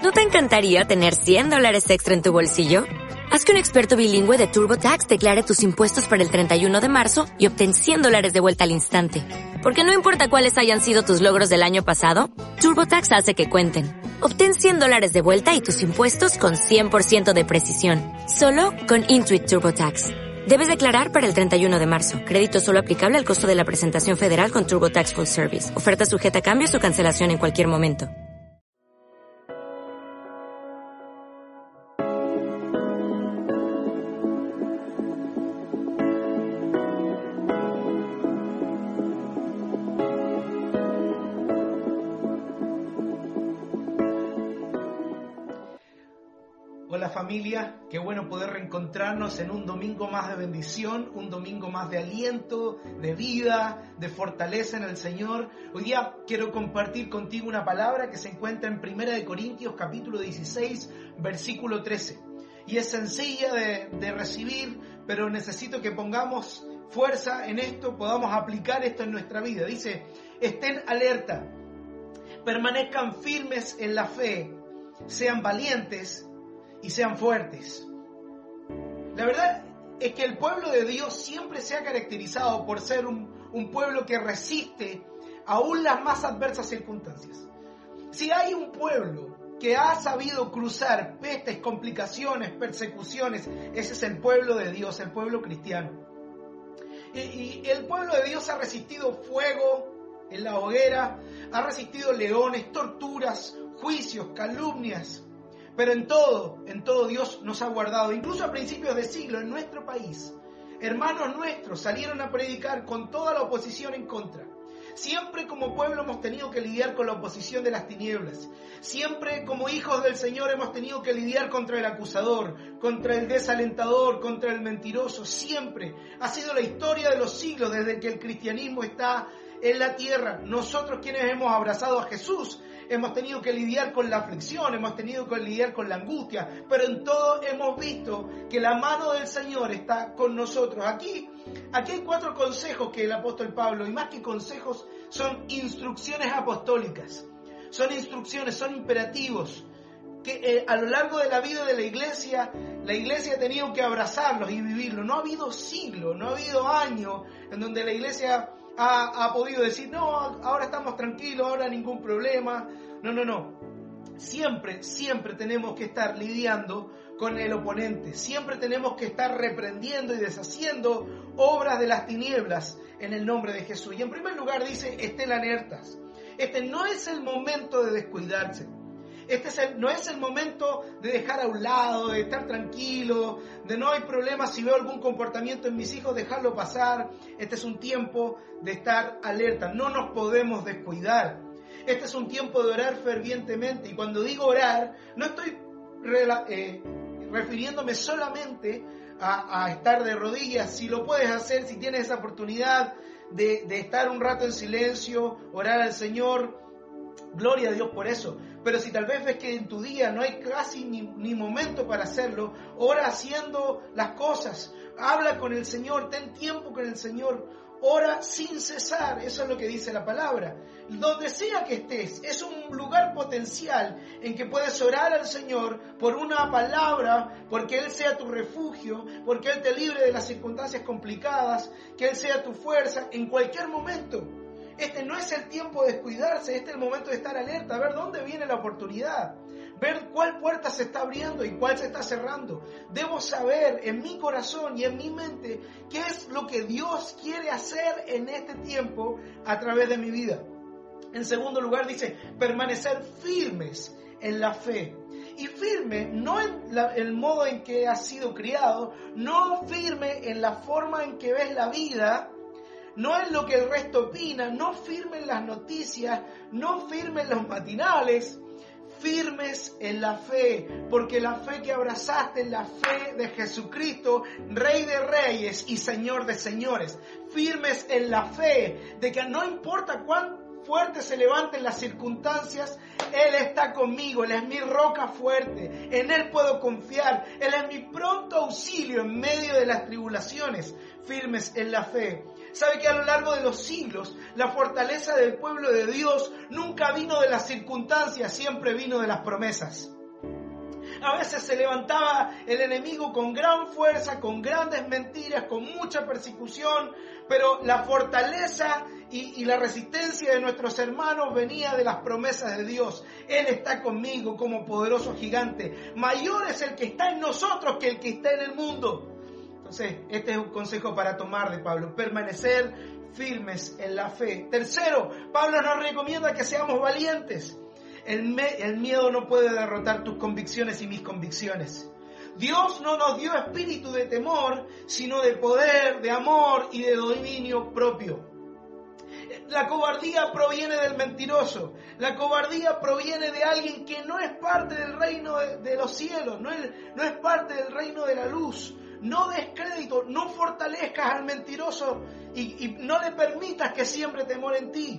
¿No te encantaría tener $100 extra en tu bolsillo? Haz que un experto bilingüe de TurboTax declare tus impuestos para el 31 de marzo y obtén $100 de vuelta al instante. Porque no importa cuáles hayan sido tus logros del año pasado, TurboTax hace que cuenten. Obtén $100 de vuelta y tus impuestos con 100% de precisión. Solo con Intuit TurboTax. Debes declarar para el 31 de marzo. Crédito solo aplicable al costo de la presentación federal con TurboTax Full Service. Oferta sujeta a cambios o cancelación en cualquier momento. Hola familia, qué bueno poder reencontrarnos en un domingo más de bendición, un domingo más de aliento, de vida, de fortaleza en el Señor. Hoy día quiero compartir contigo una palabra que se encuentra en 1 Corintios capítulo 16, versículo 13. Y es sencilla de recibir, pero necesito que pongamos fuerza en esto, podamos aplicar esto en nuestra vida. Dice, estén alerta, permanezcan firmes en la fe, sean valientes y sean fuertes. La verdad es que el pueblo de Dios siempre se ha caracterizado por ser un pueblo que resiste aún las más adversas circunstancias. Si hay un pueblo que ha sabido cruzar pestes, complicaciones, persecuciones, ese es el pueblo de Dios, el pueblo cristiano. Y el pueblo de Dios ha resistido fuego en la hoguera, ha resistido leones, torturas, juicios, calumnias. Pero en todo Dios nos ha guardado. Incluso a principios de siglo en nuestro país, hermanos nuestros salieron a predicar con toda la oposición en contra. Siempre como pueblo hemos tenido que lidiar con la oposición de las tinieblas. Siempre como hijos del Señor hemos tenido que lidiar contra el acusador, contra el desalentador, contra el mentiroso. Siempre ha sido la historia de los siglos desde que el cristianismo está en la tierra. Nosotros quienes hemos abrazado a Jesús hemos tenido que lidiar con la aflicción, hemos tenido que lidiar con la angustia, pero en todo hemos visto que la mano del Señor está con nosotros. Aquí hay 4 consejos que el apóstol Pablo, y más que consejos, son instrucciones apostólicas, son instrucciones, son imperativos, que a lo largo de la vida de la iglesia ha tenido que abrazarlos y vivirlos. No ha habido siglo, no ha habido año en donde la iglesia ha podido decir, no, ahora estamos tranquilos, ahora ningún problema. No. Siempre tenemos que estar lidiando con el oponente. Siempre tenemos que estar reprendiendo y deshaciendo obras de las tinieblas en el nombre de Jesús. Y en primer lugar dice, estén alertas. Este no es el momento de descuidarse. No es el momento de dejar a un lado, de estar tranquilo, de no hay problema si veo algún comportamiento en mis hijos, dejarlo pasar. Este es un tiempo de estar alerta, no nos podemos descuidar. Este es un tiempo de orar fervientemente, y cuando digo orar, no estoy refiriéndome solamente a estar de rodillas. Si lo puedes hacer, si tienes esa oportunidad de estar un rato en silencio, orar al Señor, gloria a Dios por eso. Pero si tal vez ves que en tu día no hay casi ni momento para hacerlo, ora haciendo las cosas, habla con el Señor, ten tiempo con el Señor, ora sin cesar. Eso es lo que dice la palabra. Donde sea que estés, es un lugar potencial en que puedes orar al Señor por una palabra, porque Él sea tu refugio, porque Él te libre de las circunstancias complicadas, que Él sea tu fuerza en cualquier momento. Este no es el tiempo de descuidarse, este es el momento de estar alerta, a ver dónde viene la oportunidad, ver cuál puerta se está abriendo y cuál se está cerrando. Debo saber en mi corazón y en mi mente qué es lo que Dios quiere hacer en este tiempo a través de mi vida. En segundo lugar dice, permanecer firmes en la fe. Y firme no en el modo en que has sido criado, no firme en la forma en que ves la vida, no en lo que el resto opina, no firme en las noticias, no firme en los matinales, firmes en la fe, porque la fe que abrazaste es la fe de Jesucristo, Rey de Reyes y Señor de Señores. Firmes en la fe de que no importa cuán fuertes se levanten las circunstancias, Él está conmigo, Él es mi roca fuerte, en Él puedo confiar, Él es mi pronto auxilio en medio de las tribulaciones. Firmes en la fe. Sabe que a lo largo de los siglos, la fortaleza del pueblo de Dios nunca vino de las circunstancias, siempre vino de las promesas. A veces se levantaba el enemigo con gran fuerza, con grandes mentiras, con mucha persecución, pero la fortaleza y la resistencia de nuestros hermanos venía de las promesas de Dios. Él está conmigo como poderoso gigante. Mayor es el que está en nosotros que el que está en el mundo. Entonces, este es un consejo para tomar de Pablo: permanecer firmes en la fe. Tercero, Pablo nos recomienda que seamos valientes. El miedo no puede derrotar tus convicciones y mis convicciones. Dios no nos dio espíritu de temor, sino de poder, de amor y de dominio propio. La cobardía proviene del mentiroso. La cobardía proviene de alguien que no es parte del reino de los cielos, no es parte del reino de la luz. No des crédito, no fortalezcas al mentiroso y no le permitas que siembre temor en ti.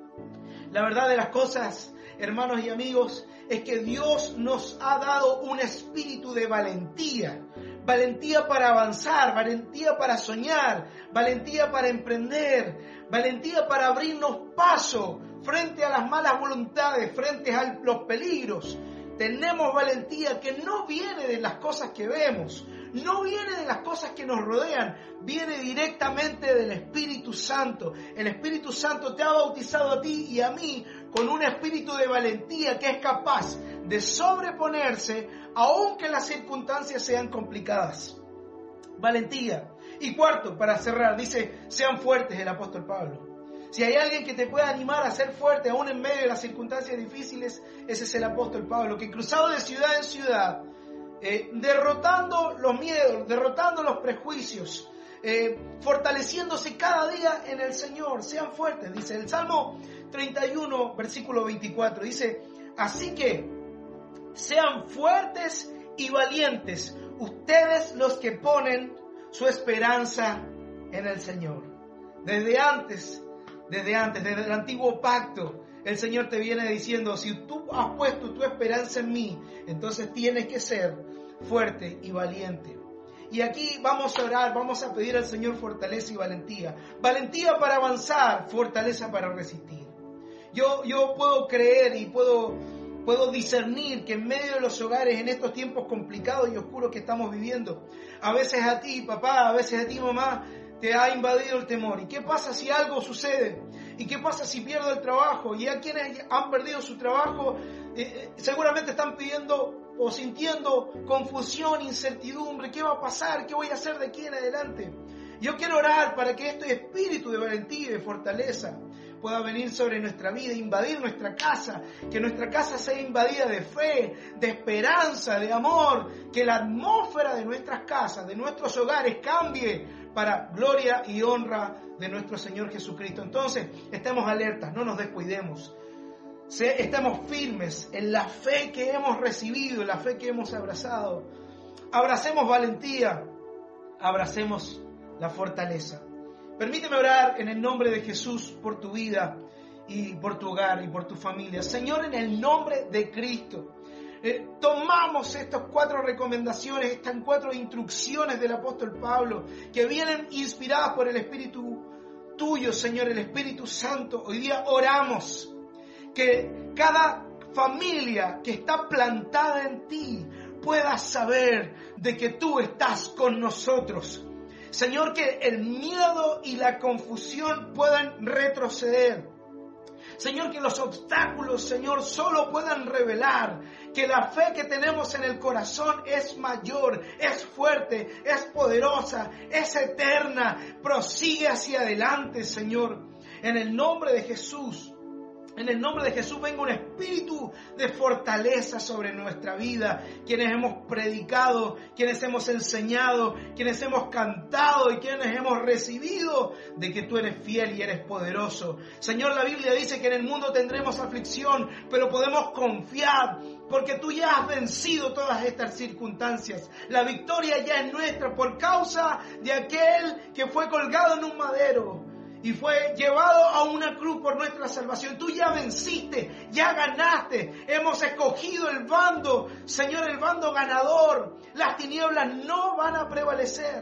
La verdad de las cosas, hermanos y amigos, es que Dios nos ha dado un espíritu de valentía. Valentía para avanzar, valentía para soñar, valentía para emprender, valentía para abrirnos paso frente a las malas voluntades, frente a los peligros. Tenemos valentía que no viene de las cosas que vemos, no viene de las cosas que nos rodean, viene directamente del Espíritu Santo. El Espíritu Santo te ha bautizado a ti y a mí con un espíritu de valentía que es capaz de sobreponerse aunque las circunstancias sean complicadas. Valentía. Y cuarto, para cerrar, dice: sean fuertes, el apóstol Pablo. Si hay alguien que te pueda animar a ser fuerte aún en medio de las circunstancias difíciles, ese es el apóstol Pablo, que cruzado de ciudad en ciudad, derrotando los miedos, derrotando los prejuicios, fortaleciéndose cada día en el Señor. Sean fuertes, dice el Salmo 31, versículo 24, dice: así que sean fuertes y valientes ustedes los que ponen su esperanza en el Señor. Desde el antiguo pacto, el Señor te viene diciendo: si tú has puesto tu esperanza en mí, entonces tienes que ser fuerte y valiente. Y aquí vamos a orar, vamos a pedir al Señor fortaleza y valentía. Valentía para avanzar, fortaleza para resistir. Yo puedo creer y puedo discernir que en medio de los hogares, en estos tiempos complicados y oscuros que estamos viviendo, a veces a ti, papá, a veces a ti, mamá, te ha invadido el temor. ¿Y qué pasa si algo sucede? ¿Y qué pasa si pierdo el trabajo? Y a quienes han perdido su trabajo seguramente están pidiendo o sintiendo confusión, incertidumbre. ¿Qué va a pasar? ¿Qué voy a hacer de aquí en adelante? Yo quiero orar para que este espíritu de valentía y de fortaleza pueda venir sobre nuestra vida, invadir nuestra casa, que nuestra casa sea invadida de fe, de esperanza, de amor, que la atmósfera de nuestras casas, de nuestros hogares cambie para gloria y honra de nuestro Señor Jesucristo. Entonces, estemos alertas, no nos descuidemos, estemos firmes en la fe que hemos recibido, en la fe que hemos abrazado. Abracemos valentía, abracemos la fortaleza. Permíteme orar en el nombre de Jesús por tu vida y por tu hogar y por tu familia. Señor, en el nombre de Cristo, tomamos estas 4 recomendaciones, estas 4 instrucciones del apóstol Pablo, que vienen inspiradas por el Espíritu tuyo, Señor, el Espíritu Santo. Hoy día oramos que cada familia que está plantada en ti pueda saber de que tú estás con nosotros. Señor, que el miedo y la confusión puedan retroceder. Señor, que los obstáculos, Señor, solo puedan revelar que la fe que tenemos en el corazón es mayor, es fuerte, es poderosa, es eterna. Prosigue hacia adelante, Señor. En el nombre de Jesús. En el nombre de Jesús venga un espíritu de fortaleza sobre nuestra vida. Quienes hemos predicado, quienes hemos enseñado, quienes hemos cantado y quienes hemos recibido de que tú eres fiel y eres poderoso. Señor, la Biblia dice que en el mundo tendremos aflicción, pero podemos confiar porque tú ya has vencido todas estas circunstancias. La victoria ya es nuestra por causa de aquel que fue colgado en un madero y fue llevado a una cruz por nuestra salvación. Tú ya venciste, ya ganaste. Hemos escogido el bando, Señor, el bando ganador. Las tinieblas no van a prevalecer.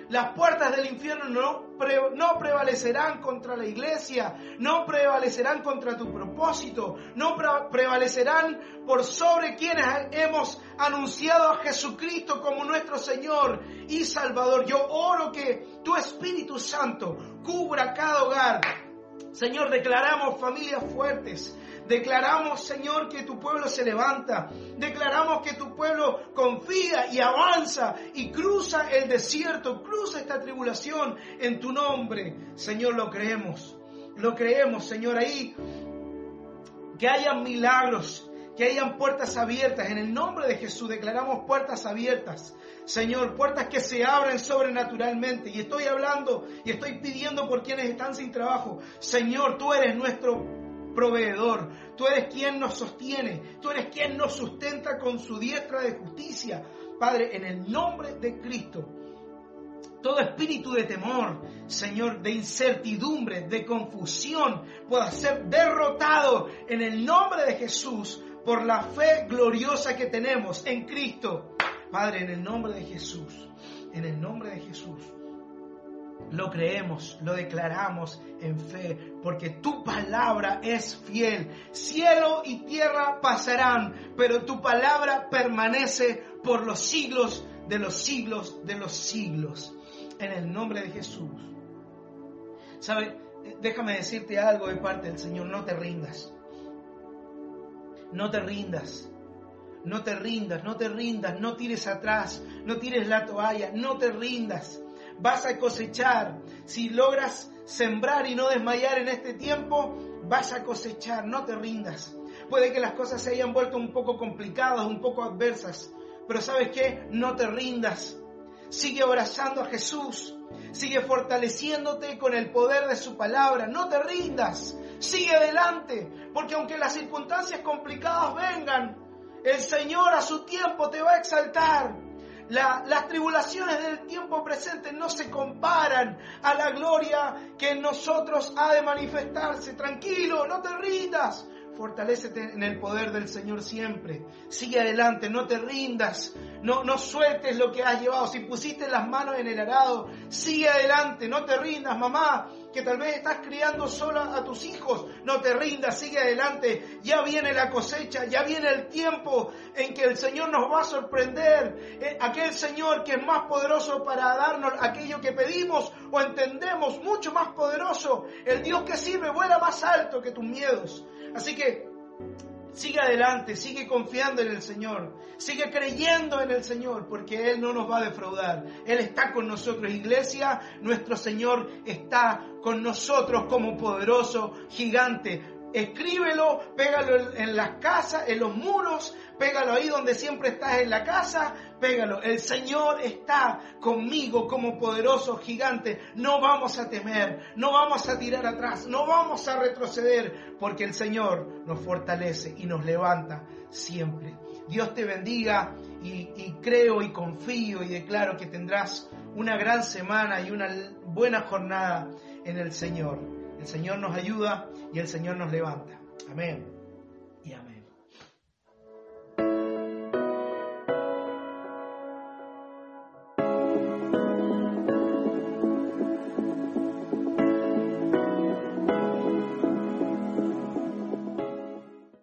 Las puertas del infierno no prevalecerán contra la iglesia, no prevalecerán contra tu propósito, no prevalecerán por sobre quienes hemos anunciado a Jesucristo como nuestro Señor y Salvador. Yo oro que tu Espíritu Santo cubra cada hogar. Señor, declaramos familias fuertes. Declaramos, Señor, que tu pueblo se levanta. Declaramos que tu pueblo confía y avanza y cruza el desierto, cruza esta tribulación en tu nombre. Señor, lo creemos, Señor, ahí. Que hayan milagros, que hayan puertas abiertas. En el nombre de Jesús declaramos puertas abiertas. Señor, puertas que se abren sobrenaturalmente. Y estoy hablando y estoy pidiendo por quienes están sin trabajo. Señor, tú eres nuestro proveedor, tú eres quien nos sostiene, tú eres quien nos sustenta con su diestra de justicia. Padre, en el nombre de Cristo, todo espíritu de temor, Señor, de incertidumbre, de confusión, pueda ser derrotado en el nombre de Jesús por la fe gloriosa que tenemos en Cristo. Padre, en el nombre de Jesús, en el nombre de Jesús, lo creemos, lo declaramos en fe, porque tu palabra es fiel. Cielo y tierra pasarán, pero tu palabra permanece por los siglos de los siglos de los siglos. En el nombre de Jesús. ¿Sabe? Déjame decirte algo de parte del Señor. No te rindas. No te rindas. No te rindas, no te rindas, no tires atrás, no tires la toalla, no te rindas. Vas a cosechar. Si logras sembrar y no desmayar en este tiempo, vas a cosechar. No te rindas. Puede que las cosas se hayan vuelto un poco complicadas, un poco adversas, pero ¿sabes qué? No te rindas. Sigue abrazando a Jesús. Sigue fortaleciéndote con el poder de su palabra. No te rindas. Sigue adelante, porque aunque las circunstancias complicadas vengan, el Señor a su tiempo te va a exaltar. Las tribulaciones del tiempo presente no se comparan a la gloria que en nosotros ha de manifestarse. Tranquilo, no te rindas. Fortalécete en el poder del Señor siempre. Sigue adelante, no te rindas. No sueltes lo que has llevado. Si pusiste las manos en el arado, sigue adelante, no te rindas, mamá, que tal vez estás criando sola a tus hijos. No te rindas, sigue adelante. Ya viene la cosecha, ya viene el tiempo en que el Señor nos va a sorprender. Aquel Señor que es más poderoso para darnos aquello que pedimos o entendemos, mucho más poderoso. El Dios que sirve vuela más alto que tus miedos. Así que sigue adelante, sigue confiando en el Señor, sigue creyendo en el Señor, porque Él no nos va a defraudar. Él está con nosotros, iglesia. Nuestro Señor está con nosotros como poderoso gigante. Escríbelo, pégalo en las casas, en los muros, pégalo ahí donde siempre estás en la casa, pégalo. El Señor está conmigo como poderoso gigante. No vamos a temer, no vamos a tirar atrás, no vamos a retroceder, porque el Señor nos fortalece y nos levanta siempre. Dios te bendiga y creo y confío y declaro que tendrás una gran semana y una buena jornada en el Señor. El Señor nos ayuda y el Señor nos levanta. Amén y amén.